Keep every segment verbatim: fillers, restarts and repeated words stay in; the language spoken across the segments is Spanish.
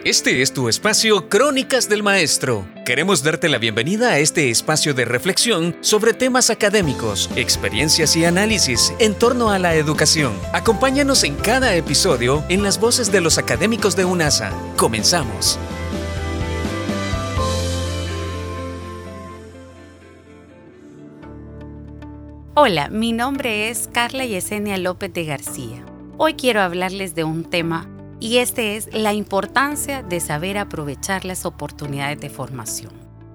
Este es tu espacio Crónicas del Maestro. Queremos darte la bienvenida a este espacio de reflexión sobre temas académicos, experiencias y análisis en torno a la educación. Acompáñanos en cada episodio en las voces de los académicos de UNASA. Comenzamos. Hola, mi nombre es Carla Yesenia López de García. Hoy quiero hablarles de un tema y este es la importancia de saber aprovechar las oportunidades de formación.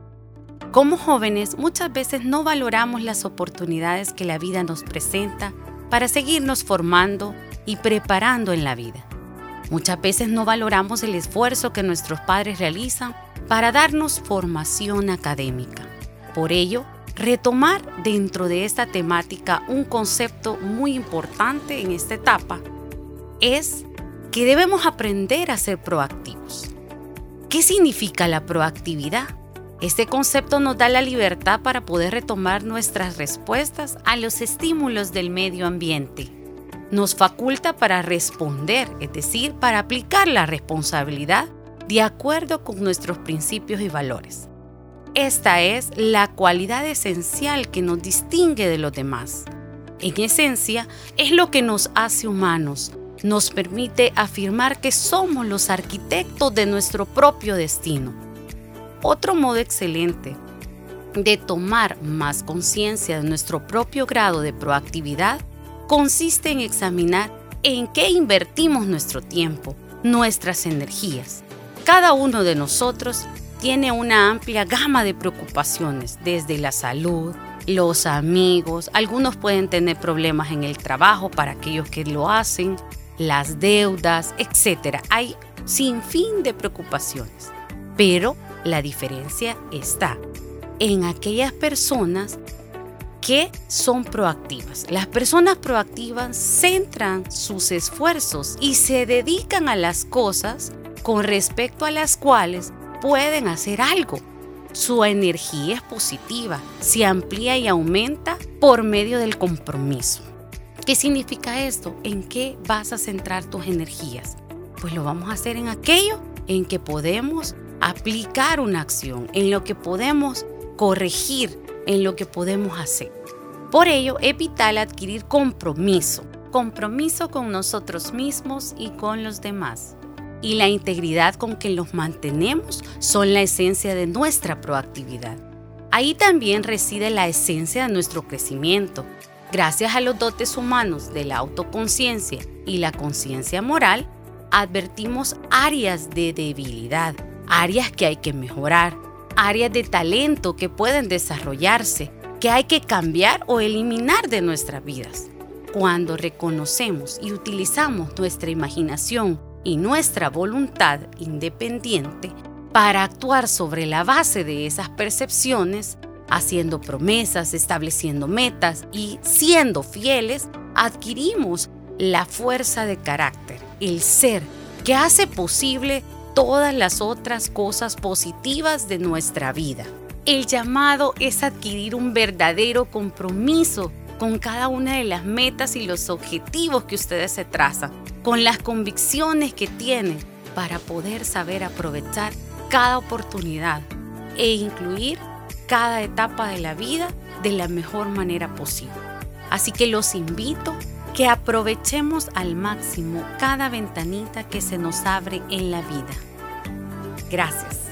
Como jóvenes, muchas veces no valoramos las oportunidades que la vida nos presenta para seguirnos formando y preparando en la vida. Muchas veces no valoramos el esfuerzo que nuestros padres realizan para darnos formación académica. Por ello, retomar dentro de esta temática un concepto muy importante en esta etapa es que debemos aprender a ser proactivos. ¿Qué significa la proactividad? Este concepto nos da la libertad para poder retomar nuestras respuestas a los estímulos del medio ambiente. Nos faculta para responder, es decir, para aplicar la responsabilidad de acuerdo con nuestros principios y valores. Esta es la cualidad esencial que nos distingue de los demás. En esencia, es lo que nos hace humanos. Nos permite afirmar que somos los arquitectos de nuestro propio destino. Otro modo excelente de tomar más conciencia de nuestro propio grado de proactividad consiste en examinar en qué invertimos nuestro tiempo, nuestras energías. Cada uno de nosotros tiene una amplia gama de preocupaciones, desde la salud, los amigos, algunos pueden tener problemas en el trabajo para aquellos que lo hacen, las deudas, etcétera. Hay sin fin de preocupaciones, pero la diferencia está en aquellas personas que son proactivas. Las personas proactivas centran sus esfuerzos y se dedican a las cosas con respecto a las cuales pueden hacer algo. Su energía es positiva, se amplía y aumenta por medio del compromiso. ¿Qué significa esto? ¿En qué vas a centrar tus energías? Pues lo vamos a hacer en aquello en que podemos aplicar una acción, en lo que podemos corregir, en lo que podemos hacer. Por ello, es vital adquirir compromiso, compromiso con nosotros mismos y con los demás. Y la integridad con que los mantenemos son la esencia de nuestra proactividad. Ahí también reside la esencia de nuestro crecimiento. Gracias a los dotes humanos de la autoconciencia y la conciencia moral, advertimos áreas de debilidad, áreas que hay que mejorar, áreas de talento que pueden desarrollarse, que hay que cambiar o eliminar de nuestras vidas. Cuando reconocemos y utilizamos nuestra imaginación y nuestra voluntad independiente para actuar sobre la base de esas percepciones, haciendo promesas, estableciendo metas y siendo fieles, adquirimos la fuerza de carácter, el ser que hace posible todas las otras cosas positivas de nuestra vida. El llamado es adquirir un verdadero compromiso con cada una de las metas y los objetivos que ustedes se trazan, con las convicciones que tienen para poder saber aprovechar cada oportunidad e incluir cada etapa de la vida de la mejor manera posible. Así que los invito que aprovechemos al máximo cada ventanita que se nos abre en la vida. Gracias.